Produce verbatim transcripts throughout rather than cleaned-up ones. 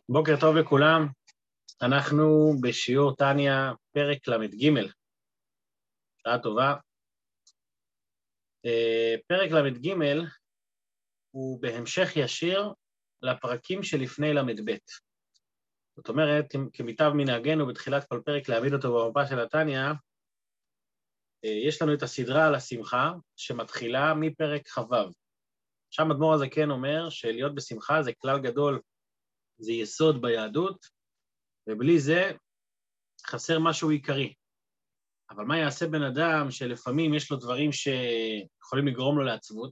בוקר טוב לכולם, אנחנו בשיעור טניה פרק למד ג', שעה טובה. פרק למד ג' הוא בהמשך ישיר לפרקים שלפני למד ב'. זאת אומרת, כמיטב מנהגנו בתחילת כל פרק להעמיד אותו במפה של הטניה, יש לנו את הסדרה על השמחה שמתחילה מפרק חו'. שם אדמו"ר הזקן אומר שלהיות בשמחה זה כלל גדול, זה יסוד ביהדות, ובלי זה חסר משהו עיקרי. אבל מה יעשה בן אדם שלפעמים יש לו דברים שיכולים לגרום לו לעצבות,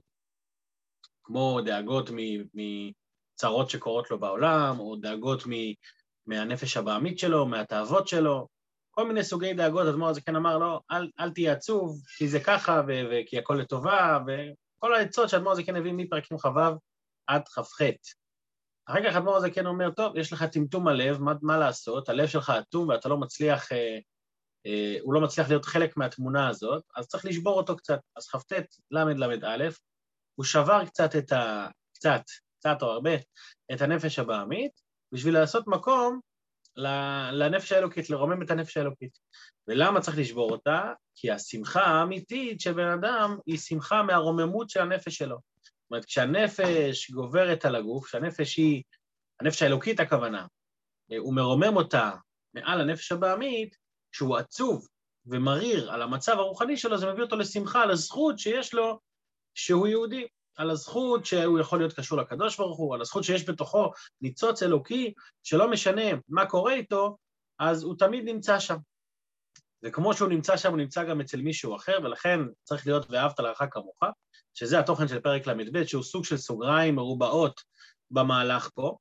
כמו דאגות מצרות שקורות לו בעולם, או דאגות מהנפש הבעמית שלו, מהתאוות שלו, כל מיני סוגי דאגות. אדמו"ר הזקן אמר לו, אל, אל תהיה עצוב, כי זה ככה, ו- וכי הכל לטובה, וכל העצות שאדמו"ר הזקן הביא מפרקים חו' עד כ"ח. אחר כך אדמו"ר הזקן אומר, טוב, יש לך טמטום הלב, מה, מה לעשות? הלב שלך אטום ואתה לא מצליח, אה, אה, הוא לא מצליח להיות חלק מהתמונה הזאת, אז צריך לשבור אותו קצת. אז כ"ט למד למד א', הוא שבר קצת את ה... קצת, קצת או הרבה, את הנפש הבעמית, בשביל לעשות מקום לנפש האלוקית, לרומם את הנפש האלוקית. ולמה צריך לשבור אותה? כי השמחה האמיתית של בן אדם היא שמחה מהרוממות של הנפש שלו. זאת אומרת, כשהנפש גוברת על הגוף, כשהנפש היא, הנפש האלוקית הכוונה, הוא מרומם אותה מעל הנפש הבעמית, כשהוא עצוב ומריר על המצב הרוחני שלו, זה מביא אותו לשמחה, על הזכות שיש לו שהוא יהודי, על הזכות שהוא יכול להיות קשור לקדוש ברוך הוא, על הזכות שיש בתוכו ניצוץ אלוקי, שלא משנה מה קורה איתו, אז הוא תמיד נמצא שם. וכמו שהוא נמצא שם, הוא נמצא גם אצל מישהו אחר, ולכן צריך להיות ואהבת לרעך כמוך, שזה התוכן של פרק למד ב', שהוא סוג של סוגריים מרובעות במהלך פה,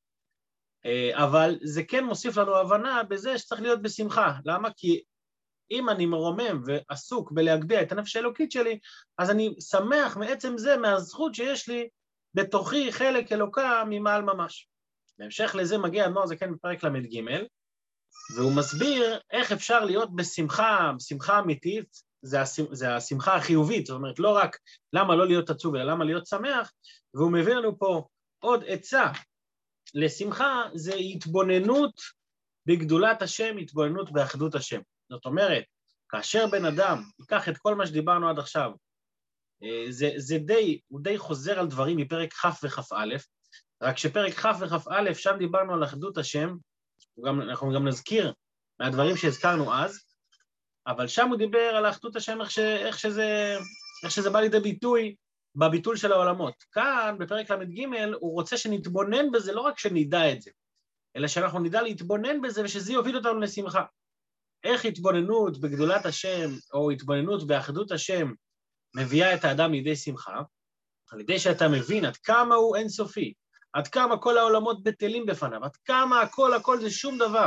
אבל זה כן מוסיף לנו הבנה בזה שצריך להיות בשמחה. למה? כי אם אני מרומם ועסוק בלהגביה את הנפש האלוקית שלי, אז אני שמח מעצם זה, מהזכות שיש לי בתוכי חלק אלוקה ממעל ממש. בהמשך לזה מגיע אדמו"ר הזקן בפרק למד ג', והוא מסביר איך אפשר להיות בשמחה, בשמחה אמיתית, זה, השמח, זה השמחה החיובית, זאת אומרת, לא רק למה לא להיות עצוב, אלא למה להיות שמח, והוא מביא לנו פה עוד עצה לשמחה, זה התבוננות בגדולת השם, התבוננות באחדות השם. זאת אומרת, כאשר בן אדם ייקח את כל מה שדיברנו עד עכשיו, זה, זה די, הוא די חוזר על דברים מפרק כ' וכ"א, רק שפרק כ' וכ"א, שם דיברנו על אחדות השם, גם, אנחנו גם נזכיר מהדברים שהזכרנו אז, אבל שם הוא דיבר על אחדות השם, איך, ש, איך, שזה, איך שזה בא לידי ביטוי בביטול של העולמות. כאן, בפרק למד ג', הוא רוצה שנתבונן בזה, לא רק שנדע את זה, אלא שאנחנו נדע להתבונן בזה, ושזה יוביל אותנו לשמחה. איך התבוננות בגדולת השם, או התבוננות באחדות השם, מביאה את האדם לידי שמחה? על ידי שאתה מבין עד כמה הוא אינסופי, עד כמה כל העולמות בטלים בפניו, עד כמה הכל הכל זה שום דבר.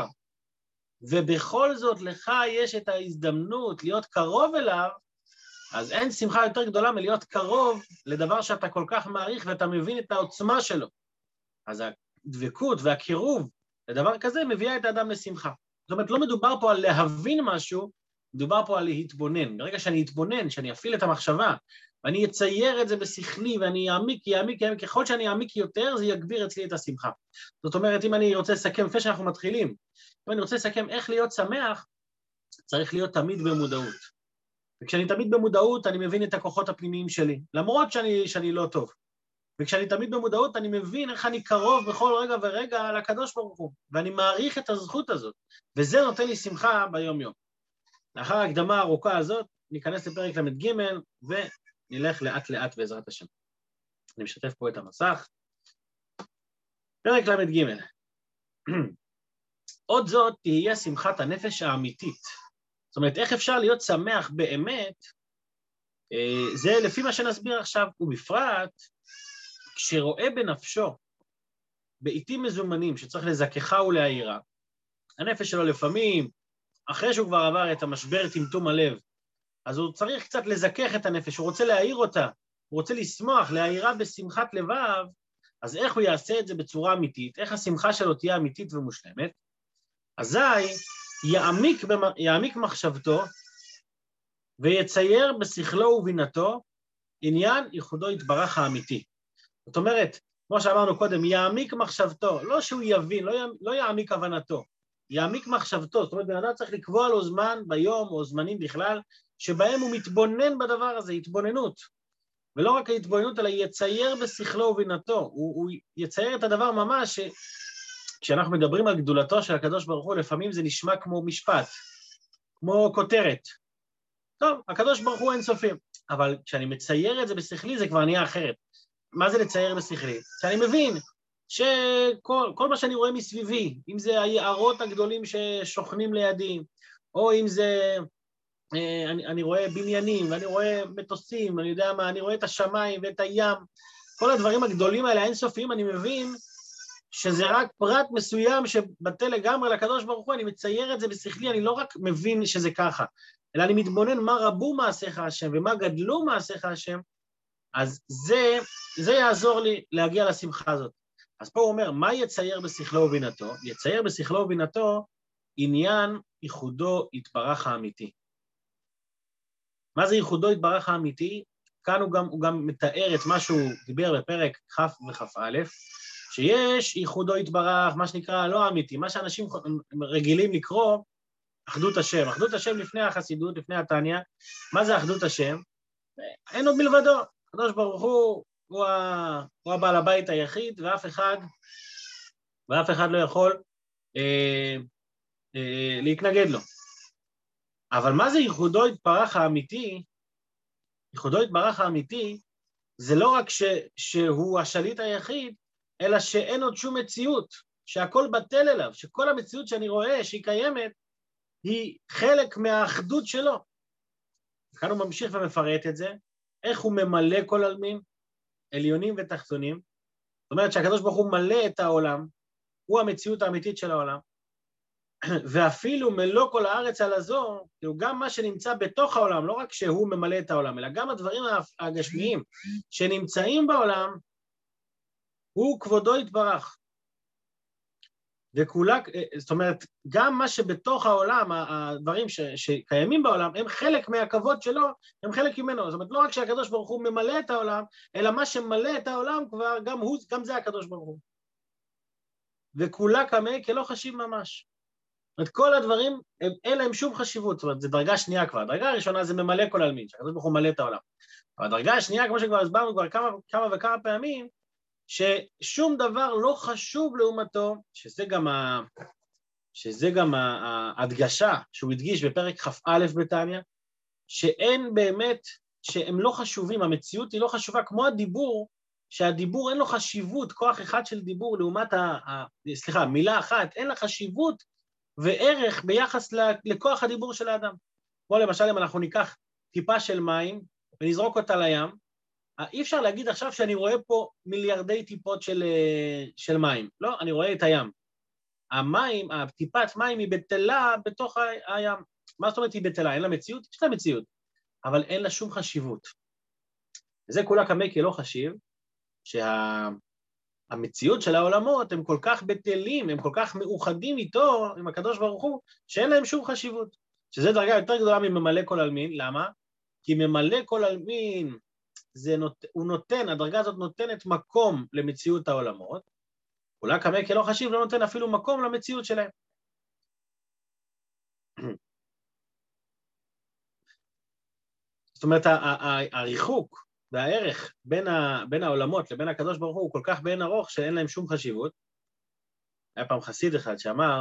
ובכל זאת לך יש את ההזדמנות להיות קרוב אליו, אז אין שמחה יותר גדולה מלהיות קרוב לדבר שאתה כל כך מעריך ואתה מבין את העוצמה שלו. אז הדבקות והקירוב לדבר כזה מביאה את האדם לשמחה. זאת אומרת, לא מדובר פה על להבין משהו, מדובר פה על להתבונן. ברגע שאני אתבונן, שאני אפעיל את המחשבה, ואני אצייר את זה בשכלי, ואני אעמיק, יעמיק, יעמיק, ככל שאני אעמיק יותר, זה יגביר אצלי את השמחה. זאת אומרת, אם אני רוצה לסכם, לפני שאנחנו מתחילים, אם אני רוצה לסכם איך להיות שמח, צריך להיות תמיד במודעות. וכשאני תמיד במודעות, אני מבין את הכוחות הפנימיים שלי, למרות שאני, שאני לא טוב. וכשאני תמיד במודעות, אני מבין איך אני קרוב בכל רגע ורגע לקדוש ברוך הוא, ואני מעריך את הזכות הזאת, וזה נותן לי שמחה ביום יום. לאחר ההקדמה הארוכה הזאת, ניכנס לפרק למד ג' ונלך לאט לאט בעזרת השם. אני משתף פה את המסך. פרק למד ג' עוד זאת תהיה שמחת הנפש האמיתית. זאת אומרת, איך אפשר להיות שמח באמת, זה לפי מה שנסביר עכשיו, ובפרט, כשרואה בנפשו, בעיתים מזומנים שצריך לזככה ולהעירה, הנפש שלו לפעמים, אחרי שהוא כבר עבר את המשבר טמטום הלב, אז הוא צריך קצת לזכך את הנפש, הוא רוצה להעיר אותה, הוא רוצה לשמוח, להעירה בשמחת לבב, אז איך הוא יעשה את זה בצורה אמיתית, איך השמחה שלו תהיה אמיתית ומושלמת, אזי יעמיק, יעמיק מחשבתו, ויצייר בשכלו ובינתו, עניין ייחודו יתברך האמיתי. זאת אומרת, כמו שאמרנו קודם, יעמיק מחשבתו, לא שהוא יבין, לא, לא יעמיק הבנתו, יעמיק מחשבתו, זאת אומרת, בן אדם צריך לקבוע לו זמן ביום או זמנים בכלל, שבהם הוא מתבונן בדבר הזה, התבוננות. ולא רק ההתבוננות, אלא יצייר בשכלו ובינתו, הוא, הוא יצייר את הדבר ממש, כשאנחנו מדברים על גדולתו של הקדוש ברוך הוא, לפעמים זה נשמע כמו משפט, כמו כותרת. טוב, הקדוש ברוך הוא אינסופי, אבל כשאני מצייר את זה בשכלי, זה כבר נהיה אחרת. מה זה לצייר בשכלי? שאני מבין שכל כל מה שאני רואה מסביבי, אם זה היערות הגדולים ששוכנים לידי, או אם זה, אני, אני רואה בניינים, ואני רואה מטוסים, אני יודע מה, אני רואה את השמיים ואת הים, כל הדברים הגדולים האלה, האינסופיים, אני מבין שזה רק פרט מסוים שבטל לגמרי לקדוש ברוך הוא, אני מצייר את זה בשכלי, אני לא רק מבין שזה ככה, אלא אני מתבונן מה רבו מעשיך השם ומה גדלו מעשיך השם, אז זה, זה יעזור לי להגיע לשמחה הזאת. אז פה הוא אומר, מה יצייר בשכלו ובינתו? יצייר בשכלו ובינתו עניין ייחודו יתברך האמיתי. מה זה ייחודו יתברך האמיתי? כאן הוא גם, הוא גם מתאר את מה שהוא דיבר בפרק כ' וכ"א, שיש ייחודו יתברך, מה שנקרא לא אמיתי, מה שאנשים רגילים לקרוא, אחדות השם. אחדות השם לפני החסידות, לפני התניא, מה זה אחדות השם? אין עוד מלבדו. הקדוש ברוך הוא, הוא, ה... הוא הבעל הבית היחיד, ואף אחד, ואף אחד לא יכול אה, אה, להתנגד לו. אבל מה זה ייחודו יתברך האמיתי? ייחודו יתברך האמיתי, זה לא רק ש... שהוא השליט היחיד, אלא שאין עוד שום מציאות, שהכל בטל אליו, שכל המציאות שאני רואה שהיא קיימת, היא חלק מהאחדות שלו. כאן הוא ממשיך ומפרט את זה, איך הוא ממלא כל עלמין, עליונים ותחתונים. זאת אומרת שהקדוש ברוך הוא מלא את העולם, הוא המציאות האמיתית של העולם, ואפילו מלוא כל הארץ על הזו, גם מה שנמצא בתוך העולם, לא רק שהוא ממלא את העולם, אלא גם הדברים הגשמיים שנמצאים בעולם, הוא כבודו יתברך. וכולה, זאת אומרת, גם מה שבתוך העולם, הדברים ש, שקיימים בעולם, הם חלק מהכבוד שלו, הם חלק ממנו. זאת אומרת, לא רק שהקדוש ברוך הוא ממלא את העולם, אלא מה שמלא את העולם כבר, גם הוא, גם זה הקדוש ברוך הוא. וכולה כמה כלא חשיב ממש. זאת אומרת, כל הדברים, הם, אין להם שום חשיבות. זאת אומרת, זו דרגה שנייה כבר. הדרגה הראשונה זה ממלא כל עלמין, שהקדוש ברוך הוא מלא את העולם. אבל הדרגה השנייה, כמו שכבר הסברנו כבר כמה, כמה וכמה פעמים, ששום דבר לא חשוב לעומתו, שזה גם, ה... שזה גם ההדגשה שהוא הדגיש בפרק כ"א בתניא, שאין באמת, שהם לא חשובים, המציאות היא לא חשובה, כמו הדיבור, שהדיבור אין לו חשיבות, כוח אחד של דיבור לעומת, ה... ה... סליחה, מילה אחת, אין לה חשיבות וערך ביחס לכוח הדיבור של האדם. כמו למשל אם אנחנו ניקח טיפה של מים ונזרוק אותה לים, אי אפשר להגיד עכשיו שאני רואה פה מיליארדי טיפות של, של מים. לא, אני רואה את הים. המים, הטיפת מים היא בטלה בתוך הים. מה זאת אומרת היא בטלה? אין לה מציאות? יש לה מציאות, אבל אין לה שום חשיבות. וזה כולה כמה כי לא חשיב, שהמציאות של העולמות הם כל כך בטלים, הם כל כך מאוחדים איתו, עם הקדוש ברוך הוא, שאין להם שום חשיבות. שזה דרגה יותר גדולה מממלא כל עלמין. למה? כי ממלא כל עלמין, זה נות... הוא נותן, הדרגה הזאת נותנת מקום למציאות העולמות, אולי כמה כי לא חשיב, לא נותן אפילו מקום למציאות שלהם. זאת אומרת, הריחוק והערך בין, ה... בין העולמות לבין הקדוש ברוך הוא, הוא כל כך בין ארוך שאין להם שום חשיבות. היה פעם חסיד אחד שאמר,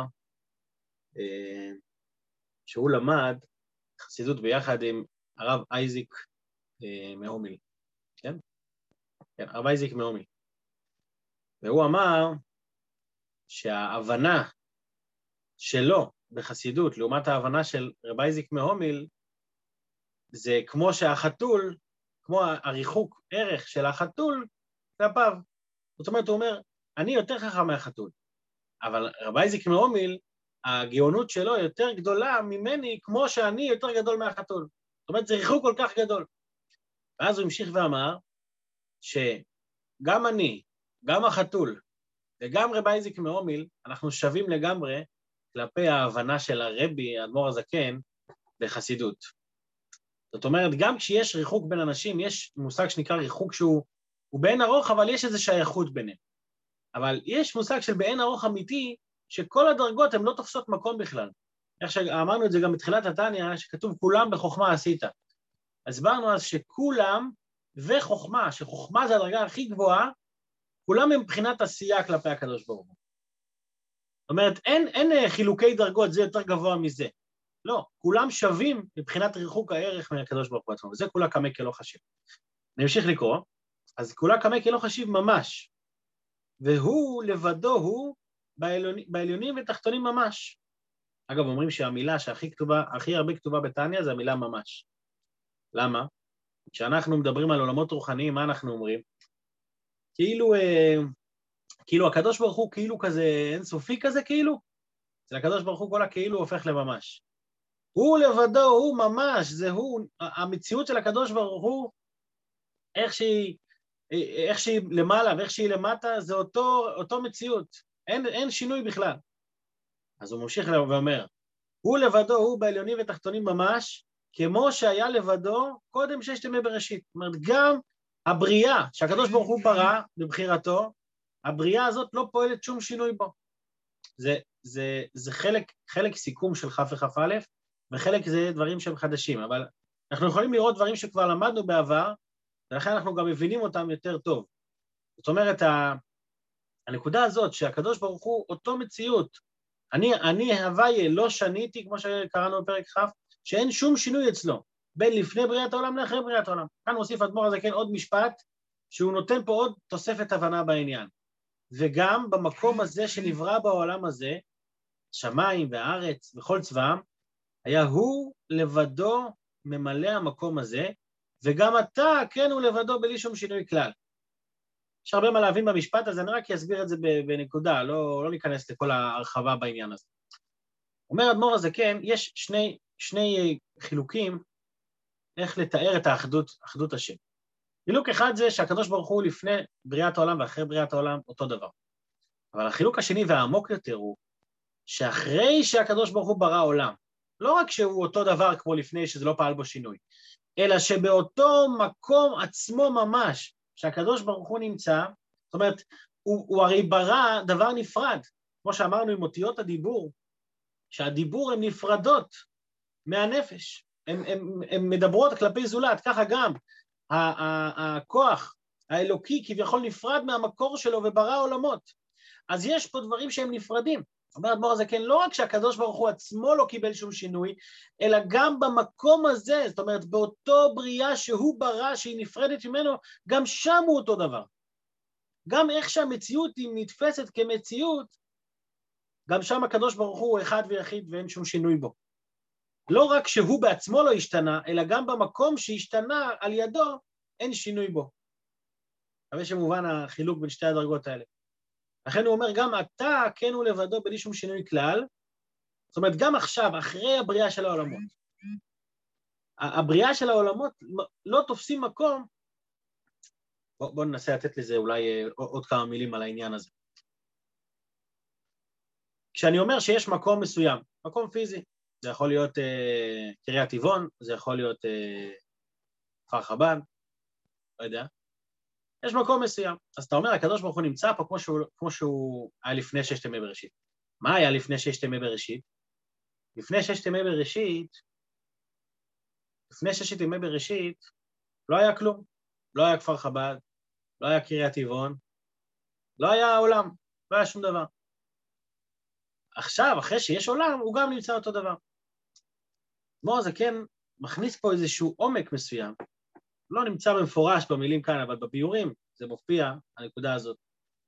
שהוא למד חסידות ביחד עם הרב אייזיק מהומיל. כן? כן, הרב אייזיק מהומיל. והוא אמר שההבנה שלו בחסידות, לעומת ההבנה של רב אייזיק מהומיל, זה כמו שהחתול, כמו הריחוק ערך של החתול, כלפיו. זאת אומרת, הוא אומר, אני יותר חכם מהחתול, אבל רב אייזיק מהומיל, הגאונות שלו יותר גדולה ממני, כמו שאני יותר גדול מהחתול. זאת אומרת, זה ריחוק כל כך גדול. ואז הוא המשיך ואמר, שגם אני, גם החתול, וגם רב אייזיק מהומיל, אנחנו שווים לגמרי כלפי ההבנה של הרבי, האדמו"ר הזקן, בחסידות. זאת אומרת, גם כשיש ריחוק בין אנשים, יש מושג שנקרא ריחוק שהוא הוא באין ארוך, אבל יש איזו שייכות ביניהם. אבל יש מושג של באין ארוך אמיתי, שכל הדרגות הן לא תופסות מקום בכלל. איך שאמרנו את זה גם בתחילת התניא, שכתוב כולם בחוכמה עשית. אז באנו אז שכולם וחוכמה, שחוכמה זה הדרגה הכי גבוהה, כולם הם מבחינת עשייה כלפי הקדוש ברוך הוא. זאת אומרת, אין, אין חילוקי דרגות, זה יותר גבוה מזה. לא, כולם שווים מבחינת ריחוק הערך מהקדוש ברוך הוא עצמו, וזה כולה קמא כלא חשיב. נמשיך לקרוא, אז כולה קמא כלא חשיב ממש, והוא לבדו הוא בעליונים, בעליונים ותחתונים ממש. אגב, אומרים שהמילה שהכי כתובה, הכי הרבה כתובה בתניא זה המילה ממש. למה? כשאנחנו מדברים על עולמות רוחניים, מה אנחנו אומרים? כאילו, אה, כאילו הקדוש ברוך הוא כאילו כזה אינסופי כזה כאילו, אצל הקדוש ברוך הוא כל הכאילו הופך לממש. הוא לבדו, הוא ממש, זה הוא, המציאות של הקדוש ברוך הוא, איך שהיא, איך שהיא למעלה ואיך שהיא למטה, זה אותו, אותו מציאות, אין, אין שינוי בכלל. אז הוא ממשיך ואומר, הוא לבדו, הוא בעליונים ותחתונים ממש, כמו שהיה לבדו קודם ששת ימי בראשית. זאת אומרת, גם הבריאה שהקדוש ברוך הוא ברא בבחירתו, הבריאה הזאת לא פועלת שום שינוי בו. זה, זה, זה חלק, חלק סיכום של כף וכף א', וחלק זה דברים שהם חדשים, אבל אנחנו יכולים לראות דברים שכבר למדנו בעבר, ולכן אנחנו גם מבינים אותם יותר טוב. זאת אומרת, הנקודה הזאת שהקדוש ברוך הוא אותו מציאות, אני, אני הוויה לא שניתי, כמו שקראנו בפרק כ', שאין שום שינוי אצלו, בין לפני בריאת העולם לאחרי בריאת העולם. כאן מוסיף אדמו"ר הזקן עוד משפט, שהוא נותן פה עוד תוספת הבנה בעניין. וגם במקום הזה שנברא בעולם הזה, שמיים והארץ וכל צבאם, היה הוא לבדו ממלא המקום הזה, וגם אתה, כן, הוא לבדו בלי שום שינוי כלל. יש הרבה מה להבין במשפט הזה, אני רק אסביר את זה בנקודה, לא, לא ניכנס לכל ההרחבה בעניין הזה. אומר אדמו"ר הזקן, יש שני, שני חילוקים איך לתאר את האחדות, אחדות השם. חילוק אחד זה שהקדוש ברוך הוא לפני בריאת העולם ואחרי בריאת העולם אותו דבר. אבל החילוק השני והעמוק יותר הוא שאחרי שהקדוש ברוך הוא ברא עולם, לא רק שהוא אותו דבר כמו לפני שזה לא פעל בו שינוי, אלא שבאותו מקום עצמו ממש שהקדוש ברוך הוא נמצא, זאת אומרת, הוא, הוא הרי ברא דבר נפרד, כמו שאמרנו עם אותיות הדיבור, שהדיבור הן נפרדות מהנפש, הן מדברות כלפי זולת, ככה גם הכוח האלוקי כביכול נפרד מהמקור שלו וברא עולמות, אז יש פה דברים שהם נפרדים. אומר אדמו"ר הזקן, לא רק שהקדוש ברוך הוא עצמו לא קיבל שום שינוי, אלא גם במקום הזה, זאת אומרת, באותו בריאה שהוא ברא, שהיא נפרדת ממנו, גם שם הוא אותו דבר. גם איך שהמציאות היא נתפסת כמציאות, גם שם הקדוש ברוך הוא אחד ויחיד ואין שום שינוי בו. לא רק שהוא בעצמו לא השתנה, אלא גם במקום שהשתנה על ידו, אין שינוי בו. אבל יש מובן החילוק בין שתי הדרגות האלה. לכן הוא אומר, גם אתה, כן הוא לבדו בלי שום שינוי כלל, זאת אומרת, גם עכשיו, אחרי הבריאה של העולמות, הבריאה של העולמות לא תופסים מקום, בואו בוא ננסה לתת לזה אולי עוד כמה מילים על העניין הזה. כשאני אומר שיש מקום מסוים, מקום פיזי, זה יכול להיות אה, קריית טבעון, זה יכול להיות אה, כפר חב"ד, לא יודע, יש מקום מסוים. אז אתה אומר, הקדוש ברוך הוא נמצא פה כמו שהוא, כמו שהוא היה לפני ששת ימי בראשית. מה היה לפני ששת ימי בראשית? לפני ששת ימי בראשית, לפני ששת ימי בראשית, לא היה כלום. לא היה כפר חב"ד, לא היה קריית טבעון, לא היה עולם, לא היה שום דבר. עכשיו, אחרי שיש עולם, הוא גם נמצא אותו דבר. כמו זה כן מכניס פה איזשהו עומק מסוים, לא נמצא במפורש במילים כאן, אבל בביורים זה מופיע, הנקודה הזאת,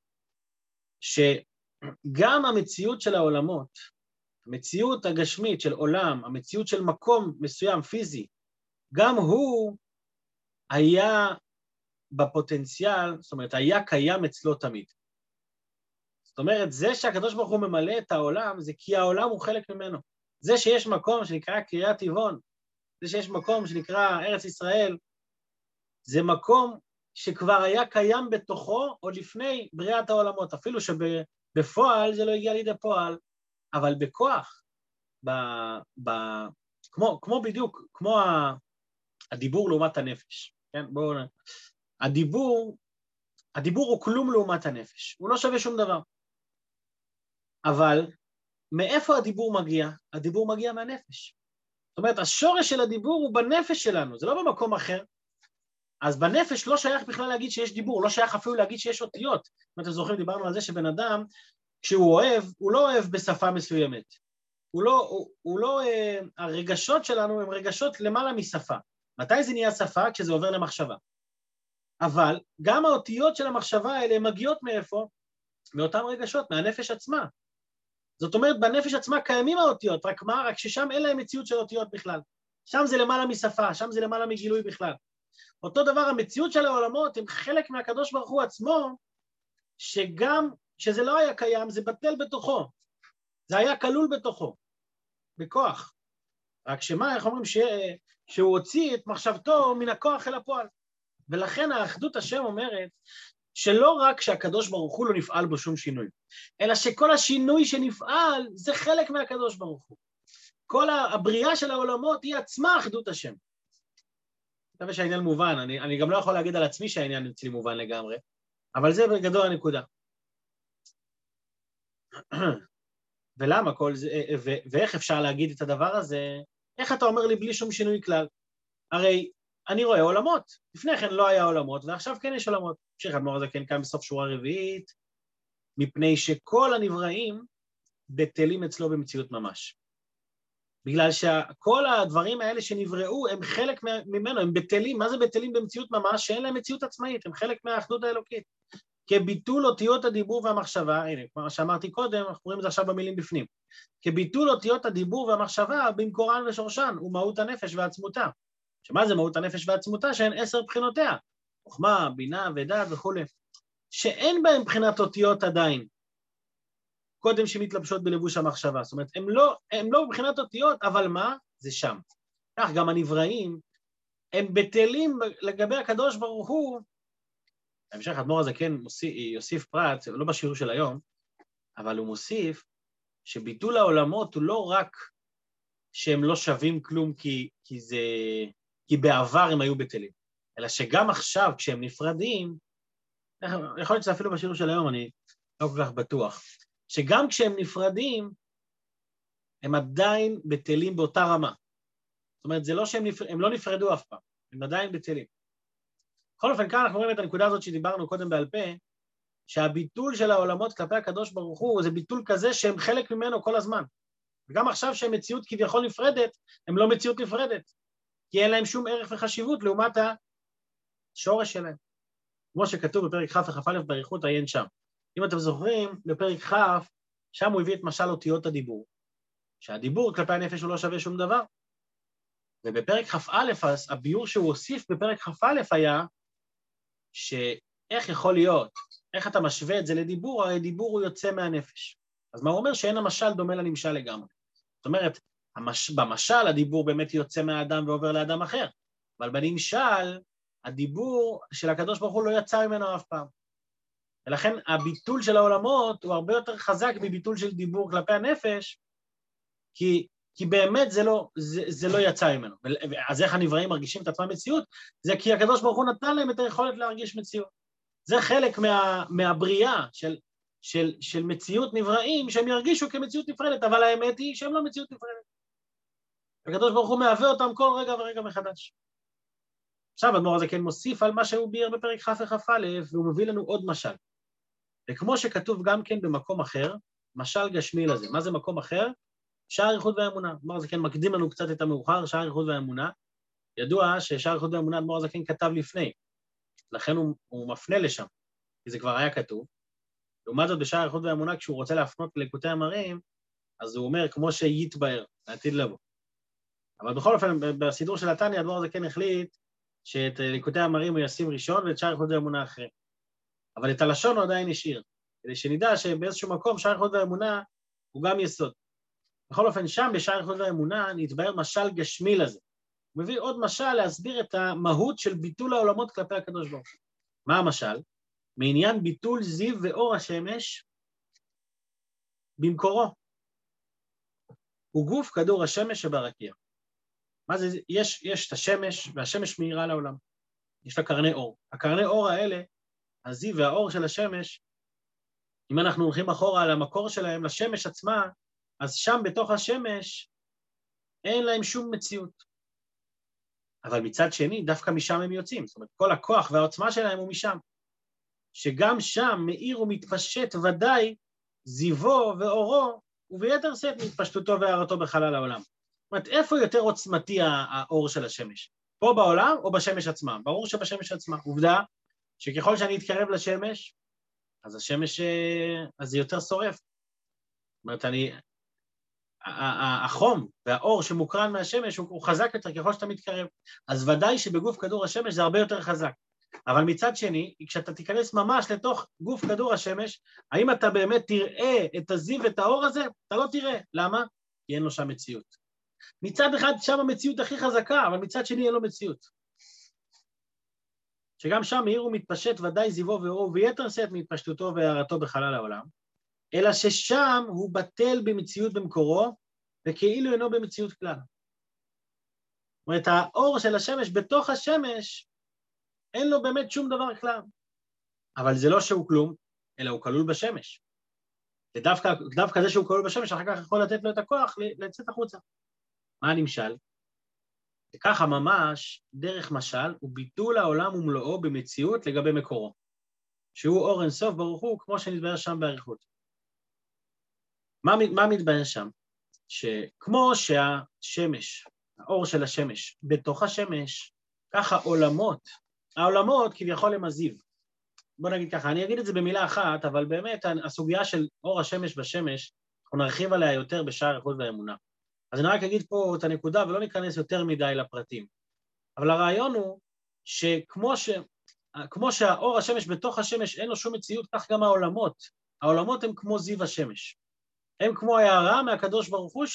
שגם המציאות של העולמות, המציאות הגשמית של עולם, המציאות של מקום מסוים פיזי, גם הוא היה בפוטנציאל, זאת אומרת, היה קיים אצלו תמיד. זאת אומרת, זה שהקדוש ברוך הוא ממלא את העולם, זה כי העולם הוא חלק ממנו. זה שיש מקום שנקרא קריית טבעון, זה שיש מקום שנקרא ארץ ישראל, זה מקום שכבר היה קיים בתוכו עוד לפני בריאת העולמות, אפילו שבפועל זה לא הגיע לידי פועל, אבל בכוח, ב, ב, כמו, כמו בדיוק, כמו הדיבור לעומת הנפש. כן? בואו, הדיבור הדיבור הוא כלום לעומת הנפש, הוא לא שווה שום דבר. אבל מאיפה הדיבור מגיע? הדיבור מגיע מהנפש. זאת אומרת, השורש של הדיבור הוא בנפש שלנו, זה לא במקום אחר. אז בנפש לא שייך בכלל להגיד שיש דיבור, לא שייך אפילו להגיד שיש אותיות. אם אתם זוכרים, דיברנו על זה שבן אדם, כשהוא אוהב, הוא לא אוהב בשפה מסוימת. הוא לא, הוא, הוא לא, אה, הרגשות שלנו הם רגשות למעלה משפה. מתי זה נהיה שפה? כשזה עובר למחשבה. אבל גם האותיות של המחשבה האלה הן מגיעות מאיפה? מאותן רגשות, מהנפש עצמה. זאת אומרת, בנפש עצמה קיימים האותיות, רק מה? רק ששם אין להם מציאות של אותיות בכלל. שם זה למעלה משפה, שם זה למעלה מגילוי בכלל. אותו דבר, המציאות של העולמות הם חלק מהקדוש ברוך הוא עצמו, שגם שזה לא היה קיים, זה בטל בתוכו. זה היה כלול בתוכו, בכוח. רק שמה, איך אומרים, ש... שהוא הוציא את מחשבתו מן הכוח אל הפועל. ולכן האחדות השם אומרת, שלא רק שהקדוש ברוך הוא לא נפעל בו שום שינוי, אלא שכל השינוי שנפעל זה חלק מהקדוש ברוך הוא. כל הבריאה של העולמות היא עצמה אחדות השם. אני מקווה שהעניין מובן, אני, אני גם לא יכול להגיד על עצמי שהעניין אצלי מובן לגמרי, אבל זה בגדול הנקודה. ולמה כל זה, ו- ואיך אפשר להגיד את הדבר הזה? איך אתה אומר לי בלי שום שינוי כלל? הרי אני רואה עולמות, לפני כן לא היה עולמות, ועכשיו כן יש עולמות. שייך אדמו"ר הזקן כאן בסוף שורה רביעית, מפני שכל הנבראים בטלים אצלו במציאות ממש. בגלל שכל הדברים האלה שנבראו הם חלק ממנו, הם בטלים. מה זה בטלים במציאות ממש? שאין להם מציאות עצמאית, הם חלק מהאחדות האלוקית. כביטול אותיות הדיבור והמחשבה, הנה, כמו שאמרתי קודם, אנחנו רואים את זה עכשיו במילים בפנים, כביטול אותיות הדיבור והמחשבה במקורן ושורשן, ומהות הנפש ועצמותה. שמה זה מהות הנפש ועצמותה? שהן עשר בחינותיה, חוכמה, בינה ודעת וכו', שאין בהם בחינת אותיות עדיין, קודם שמתלבשות בלבוש המחשבה. זאת אומרת, הם לא, הם לא בבחינת אותיות, אבל מה? זה שם. כך גם הנבראים, הם בטלים לגבי הקדוש ברוך הוא. בהמשך אדמו"ר הזקן יוסיף פרט, לא בשיעור של היום, אבל הוא מוסיף שביטול העולמות הוא לא רק שהם לא שווים כלום כי, כי, זה, כי בעבר הם היו בטלים, אלא שגם עכשיו כשהם נפרדים, יכול להיות שזה אפילו בשיעור של היום, אני לא כל כך בטוח, שגם כשהם נפרדים, הם עדיין בטלים באותה רמה. זאת אומרת, זה לא שהם נפר... הם לא נפרדו אף פעם, הם עדיין בטלים. בכל אופן, כאן אנחנו רואים את הנקודה הזאת שדיברנו קודם בעל פה, שהביטול של העולמות כלפי הקדוש ברוך הוא, זה ביטול כזה שהם חלק ממנו כל הזמן. וגם עכשיו שהם מציאות כביכול נפרדת, הם לא מציאות נפרדת, כי אין להם שום ערך וחשיבות לעומת השורש שלהם. כמו שכתוב בפרק כ' וכ"א באריכות עיין שם. אם אתם זוכרים, בפרק כ', שם הוא הביא את משל אותיות הדיבור, שהדיבור כלפי הנפש הוא לא שווה שום דבר. ובפרק כ"א, הביור שהוא הוסיף בפרק כ"א היה, שאיך יכול להיות, איך אתה משווה את זה לדיבור, הרי דיבור הוא יוצא מהנפש. אז מה הוא אומר? שאין המשל דומה לנמשל לגמרי. זאת אומרת, המש... במשל הדיבור באמת יוצא מהאדם ועובר לאדם אחר, אבל בנמשל, הדיבור של הקדוש ברוך הוא לא יצא ממנו אף פעם. ולכן הביטול של העולמות הוא הרבה יותר חזק מביטול של דיבור כלפי הנפש, כי, כי באמת זה לא, זה, זה לא יצא ממנו. אז איך הנבראים מרגישים את עצמם מציאות? זה כי הקדוש ברוך הוא נתן להם את היכולת להרגיש מציאות. זה חלק מה, מהבריאה של, של, של מציאות נבראים, שהם ירגישו כמציאות נפרדת, אבל האמת היא שהם לא מציאות נפרדת. הקדוש ברוך הוא מהווה אותם כל רגע ורגע מחדש. עכשיו אדמו"ר הזקן מוסיף על מה שהוא ביאר בפרק כ' וכ"א, והוא מביא לנו עוד משל. וכמו שכתוב גם כן במקום אחר, משל גשמי לזה. מה זה מקום אחר? שער ייחוד והאמונה. אדמו"ר הזקן מקדים לנו קצת את המאוחר, שער ייחוד והאמונה. ידוע ששער ייחוד והאמונה אדמו"ר הזקן כתב לפני, לכן הוא, הוא מפנה לשם, כי זה כבר היה כתוב. לעומת זאת בשער ייחוד והאמונה, כשהוא רוצה להפנות לליקוטי המרים, אז הוא אומר כמו שיתבהר, לעתיד לבוא. אבל בכל אופן, בסידור של התניא, אדמו"ר הזקן החליט שאת ליקוטי המרים הוא ישים ראשון ואת שער ייחוד והאמונה אחרי. אבל את הלשון הוא עדיין השאיר, כדי שנדע שבאיזשהו מקום שער ייחוד והאמונה הוא גם יסוד. בכל אופן, שם בשער ייחוד והאמונה נתבהר משל גשמי לזה. הוא מביא עוד משל להסביר את המהות של ביטול העולמות כלפי הקדוש ברוך הוא. מה המשל? מעניין ביטול זיו ואור השמש במקורו. הוא גוף כדור השמש שברקיע. מה זה? יש, יש את השמש, והשמש מאירה לעולם. יש לה קרני אור. הקרני אור האלה הזיו והאור של השמש, אם אנחנו הולכים אחורה על המקור שלהם, לשמש עצמה, אז שם בתוך השמש אין להם שום מציאות. אבל מצד שני, דווקא משם הם יוצאים. זאת אומרת, כל הכוח והעוצמה שלהם הוא משם. שגם שם מאיר ומתפשט ודאי זיוו ואורו, וביתר שאת מתפשטותו והארתו בחלל העולם. זאת אומרת, איפה יותר עוצמתי האור של השמש? פה בעולם או בשמש עצמה? ברור שבשמש עצמה. עובדה שככל שאני אתקרב לשמש, אז השמש, אז זה יותר שורף. זאת אומרת, אני, החום והאור שמוקרן מהשמש הוא חזק יותר ככל שאתה מתקרב. אז ודאי שבגוף כדור השמש זה הרבה יותר חזק. אבל מצד שני, כשאתה תיכנס ממש לתוך גוף כדור השמש, האם אתה באמת תראה את הזיו ואת האור הזה? אתה לא תראה. למה? כי אין לו שם מציאות. מצד אחד שם המציאות הכי חזקה, אבל מצד שני אין לו מציאות. שגם שם מאיר ומתפשט ודאי זיוו ואורו, ויתר שאת מתפשטותו והארתו בחלל העולם, אלא ששם הוא בטל במציאות במקורו, וכאילו אינו במציאות כלל. זאת אומרת, האור של השמש בתוך השמש, אין לו באמת שום דבר כלל. אבל זה לא שהוא כלום, אלא הוא כלול בשמש. ודווקא דווקא זה שהוא כלול בשמש, אחר כך יכול לתת לו את הכוח לצאת החוצה. מה הנמשל? וככה ממש, דרך משל, הוא ביטול העולם ומלואו במציאות לגבי מקורו. שהוא אור אינסוף ברוך הוא, כמו שנתבהר שם באריכות. מה, מה מתבהר שם? שכמו שהשמש, האור של השמש, בתוך השמש, ככה עולמות, העולמות כביכול הם הזיו. בוא נגיד ככה, אני אגיד את זה במילה אחת, אבל באמת הסוגיה של אור השמש בשמש, אנחנו נרחיב עליה יותר בשער האריכות והאמונה. אז אני רק אגיד פה את הנקודה ולא ניכנס יותר מדי לפרטים. אבל הרעיון הוא שכמו ש... כמו שהאור השמש בתוך השמש אין לו שום מציאות, כך גם העולמות. העולמות הם כמו זיו השמש. הם כמו הערה מהקדוש ברוך הוא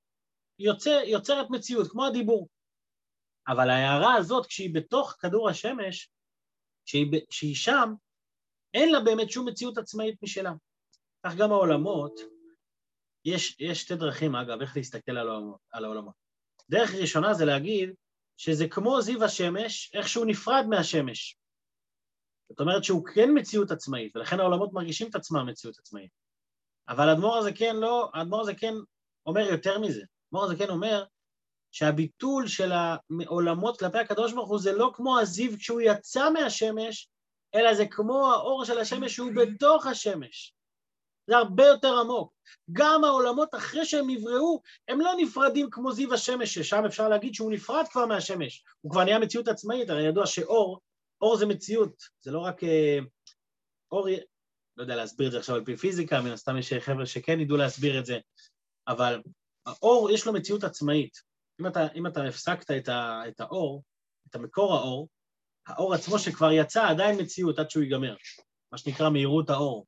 שיוצרת מציאות, כמו הדיבור. אבל ההערה הזאת, כשהיא בתוך כדור השמש, שהיא, שהיא שם, אין לה באמת שום מציאות עצמאית משלה. כך גם העולמות, יש, יש שתי דרכים, אגב, איך להסתכל על העולמות, על העולמות. דרך ראשונה זה להגיד שזה כמו זיו השמש, איך שהוא נפרד מהשמש. זאת אומרת שהוא כן מציאות עצמאית, ולכן העולמות מרגישים את עצמם מציאות עצמאית. אבל האדמו"ר הזה כן לא, האדמו"ר הזה כן אומר יותר מזה. האדמו"ר הזה כן אומר שהביטול של העולמות כלפי הקדוש ברוך הוא זה לא כמו הזיו כשהוא יצא מהשמש, אלא זה כמו האור של השמש שהוא בתוך השמש. זה הרבה יותר עמוק. גם העולמות אחרי שהם נבראו, הם לא נפרדים כמו זיו השמש, ששם אפשר להגיד שהוא נפרד כבר מהשמש. הוא כבר נהיה מציאות עצמאית, הרי ידוע שאור, אור זה מציאות, זה לא רק אה, אור, לא יודע להסביר את זה עכשיו על פי פיזיקה, מן הסתם יש חבר'ה שכן ידעו להסביר את זה, אבל האור יש לו מציאות עצמאית. אם אתה, אם אתה הפסקת את, ה, את האור, את המקור האור, האור עצמו שכבר יצא עדיין מציאות עד שהוא ייגמר, מה שנקרא מהירות האור.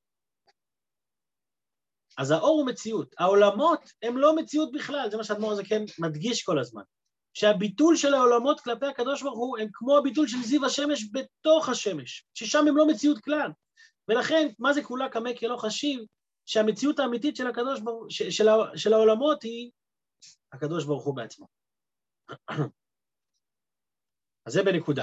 אז האור הוא מציאות, העולמות הם לא מציאות בכלל, זה מה שהאדמו"ר הזה כן מדגיש כל הזמן. שהביטול של העולמות כלפי הקדוש ברוך הוא הם כמו הביטול של זיו השמש בתוך השמש, ששם הם לא מציאות כלל. ולכן, מה זה כולה כמה כלא חשיב, שהמציאות האמיתית של הקדוש ברוך, של, של, של העולמות היא הקדוש ברוך הוא בעצמו. אז זה בנקודה.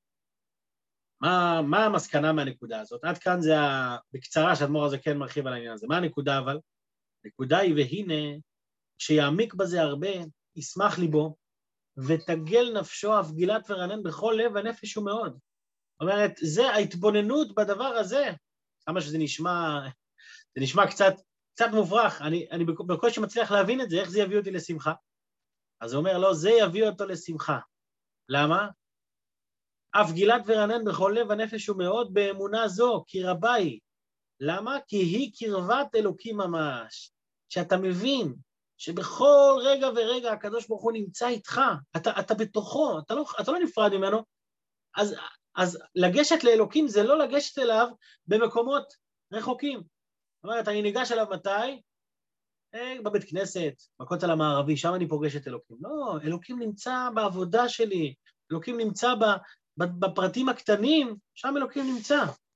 מה, מה המסקנה מהנקודה הזאת? עד כאן זה ה... בקצרה שהאדמו"ר הזה כן מרחיב על העניין הזה. מה הנקודה אבל? הנקודה היא והנה, כשיעמיק בזה הרבה, ישמח ליבו, ותגל נפשו הפגילת ורענן בכל לב הנפש הוא מאוד. זאת אומרת, זה ההתבוננות בדבר הזה, כמה שזה נשמע, זה נשמע קצת, קצת מוברח, אני, אני בקושי מצליח להבין את זה, איך זה יביא אותי לשמחה. אז הוא אומר, לא, זה יביא אותו לשמחה. למה? אף גילת ורענן בכל לב הנפש הוא מאוד באמונה זו, כי רבה היא. למה? כי היא קרבת אלוקים ממש. שאתה מבין שבכל רגע ורגע הקדוש ברוך הוא נמצא איתך, אתה, אתה בתוכו, אתה לא, אתה לא נפרד ממנו, אז, אז לגשת לאלוקים זה לא לגשת אליו במקומות רחוקים. זאת אומרת, אני ניגש אליו מתי? אה, בבית כנסת, בכותל המערבי, שם אני פוגש את אלוקים. לא, אלוקים נמצא בעבודה שלי, אלוקים נמצא ב, בפרטים הקטנים, שם אלוקים נמצא.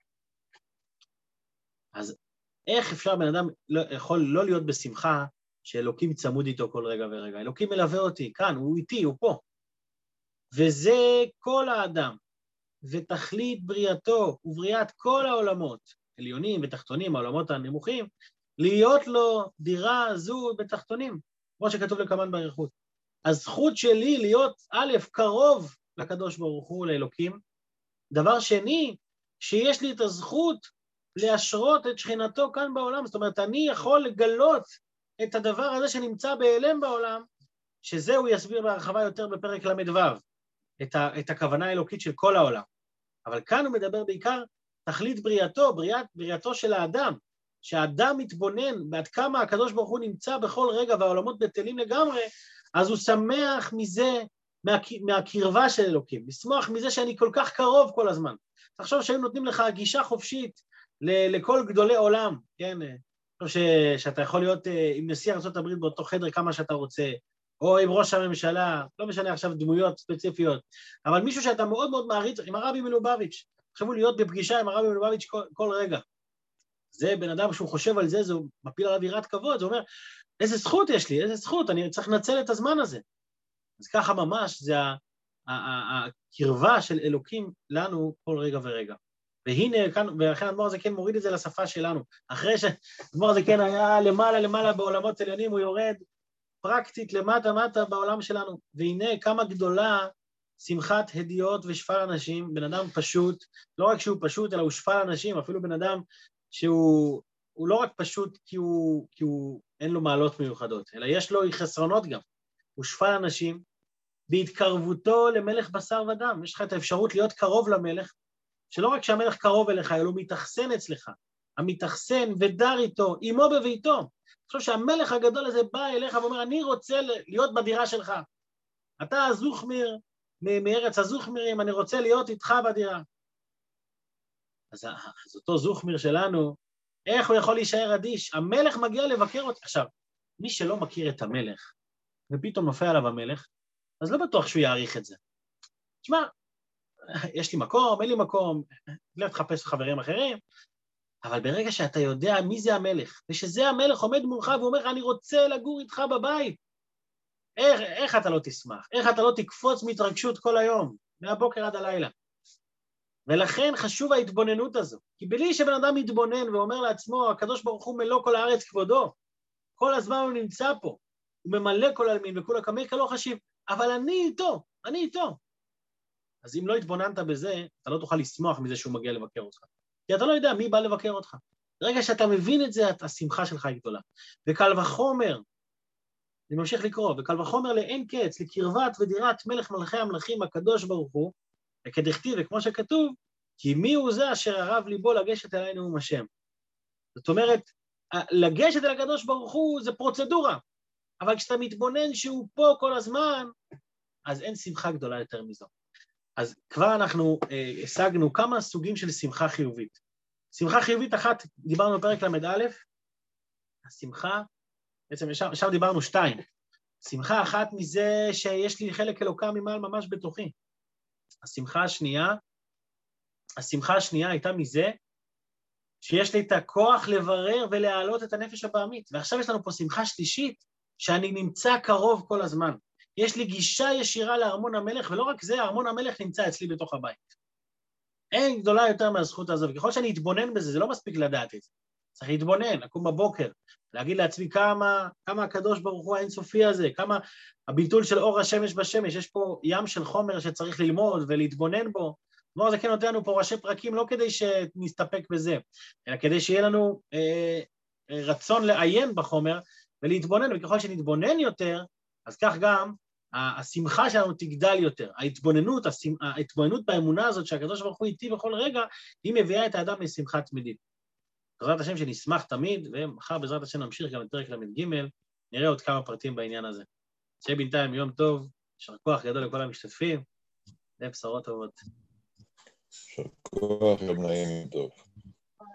אז איך אפשר בן אדם לא, יכול לא להיות בשמחה שאלוקים צמוד איתו כל רגע ורגע? אלוקים מלווה אותי, כאן, הוא איתי, הוא פה. וזה כל האדם. ותכלית בריאתו ובריאת כל העולמות, עליונים ותחתונים, העולמות הנמוכים, להיות לו דירה זו בתחתונים, כמו שכתוב לקמן באריכות. הזכות שלי להיות א', קרוב לקדוש ברוך הוא, לאלוקים. דבר שני, שיש לי את הזכות להשרות את שכינתו כאן בעולם. זאת אומרת, אני יכול לגלות את הדבר הזה שנמצא בהיעלם בעולם, שזה הוא יסביר בהרחבה יותר בפרק למד וו, את, ה, את הכוונה האלוקית של כל העולם. אבל כאן הוא מדבר בעיקר תכלית בריאתו, בריאת, בריאתו של האדם, שהאדם מתבונן בעד כמה הקדוש ברוך הוא נמצא בכל רגע והעולמות בטלים לגמרי, אז הוא שמח מזה, מה, מהקרבה של אלוקים, לשמוח מזה שאני כל כך קרוב כל הזמן. תחשוב שהיו נותנים לך גישה חופשית ל, לכל גדולי עולם, כן? ש, שאתה יכול להיות עם נשיא ארצות הברית באותו חדר כמה שאתה רוצה, או עם ראש הממשלה, לא משנה עכשיו דמויות ספציפיות, אבל מישהו שאתה מאוד מאוד מעריץ, עם הרבי מלובביץ', חשבו להיות בפגישה עם הרבי מלובביץ' כל, כל רגע. זה בן אדם שהוא חושב על זה, זה מפיל עליו יראת כבוד, זה אומר, איזה זכות יש לי, איזה זכות, אני צריך לנצל את הזמן הזה. אז ככה ממש, זה הקרבה של אלוקים לנו כל רגע ורגע. והנה, כאן, ולכן אדמו"ר הזקן מוריד את זה לשפה שלנו. אחרי שאדמו"ר הזקן היה למעלה למעלה בעולמות עליונים, הוא יורד פרקטית למטה מטה בעולם שלנו. והנה כמה גדולה שמחת הדיוט ושפל אנשים, בן אדם פשוט, לא רק שהוא פשוט, אלא הוא שפל אנשים, אפילו בן אדם שהוא הוא לא רק פשוט כי הוא, כי הוא אין לו מעלות מיוחדות, אלא יש לו חסרונות גם. הוא שפל אנשים, בהתקרבותו למלך בשר ודם. יש לך את האפשרות להיות קרוב למלך, שלא רק שהמלך קרוב אליך, אלא הוא מתאכסן אצלך. המתאכסן ודר איתו, עמו בביתו. אני חושב שהמלך הגדול הזה בא אליך ואומר, אני רוצה להיות בדירה שלך. אתה הזוכמיר, מארץ הזוכמירים, אני רוצה להיות איתך בדירה. אז, אז אותו זוכמיר שלנו, איך הוא יכול להישאר אדיש? המלך מגיע לבקר אותי. עכשיו, מי שלא מכיר את המלך, ופתאום נופל עליו המלך, אז לא בטוח שהוא יעריך את זה. תשמע, יש לי מקום, אין לי מקום, לא תחפש חברים אחרים, אבל ברגע שאתה יודע מי זה המלך, ושזה המלך עומד מולך ואומר, אני רוצה לגור איתך בבית, איך, איך אתה לא תשמח? איך אתה לא תקפוץ מהתרגשות כל היום, מהבוקר עד הלילה? ולכן חשוב ההתבוננות הזו, כי בלי שבן אדם מתבונן ואומר לעצמו, הקדוש ברוך הוא מלוא כל הארץ כבודו, כל הזמן הוא נמצא פה, הוא ממלא כל העלמין וכול הקמי כלא חשיב, אבל אני איתו, אני איתו. אז אם לא התבוננת בזה, אתה לא תוכל לשמוח מזה שהוא מגיע לבקר אותך. כי אתה לא יודע מי בא לבקר אותך. ברגע שאתה מבין את זה, השמחה שלך היא גדולה. וקל וחומר, אני ממשיך לקרוא, וקל וחומר לאין קץ, לקרבת ודירת מלך מלכי המלכים הקדוש ברוך הוא, וכדכתיב וכמו שכתוב, כי מי הוא זה אשר ערב ליבו לגשת אלינו עם השם. זאת אומרת, לגשת אל הקדוש ברוך הוא זה פרוצדורה, אבל כשאתה מתבונן שהוא פה כל הזמן, אז אין שמחה גדולה יותר מזו. אז כבר אנחנו אה, השגנו כמה סוגים של שמחה חיובית. שמחה חיובית אחת, דיברנו בפרק למד א', השמחה, בעצם עכשיו דיברנו שתיים, שמחה אחת מזה שיש לי חלק אלוקה ממעל ממש בתוכי. השמחה השנייה, השמחה השנייה הייתה מזה שיש לי את הכוח לברר ולהעלות את הנפש הבעמית. ועכשיו יש לנו פה שמחה שלישית, שאני נמצא קרוב כל הזמן. יש לי גישה ישירה לארמון המלך, ולא רק זה, ארמון המלך נמצא אצלי בתוך הבית. אין גדולה יותר מהזכות הזו, וככל שאני אתבונן בזה, זה לא מספיק לדעת את זה. צריך להתבונן, לקום בבוקר, להגיד לעצמי כמה, כמה הקדוש ברוך הוא האינסופי הזה, כמה הביטול של אור השמש בשמש, יש פה ים של חומר שצריך ללמוד ולהתבונן בו. כלומר, זה כן נותן לנו פה ראשי פרקים, לא כדי שנסתפק בזה, אלא כדי שיהיה לנו אה, רצון לעיין בחומר ולהתבונן, וככל שנתבונן יותר, אז כך גם השמחה שלנו תגדל יותר. ההתבוננות, ההתבוננות באמונה הזאת שהקדוש ברוך הוא איתי בכל רגע, היא מביאה את האדם לשמחה תמידית. בעזרת השם שנשמח תמיד, ומחר בעזרת השם נמשיך גם את פרק למד ג', נראה עוד כמה פרטים בעניין הזה. שיהיה בינתיים יום טוב, יישר כוח גדול לכל המשתתפים, ובשורות טובות. יישר כוח, יום נעים טוב.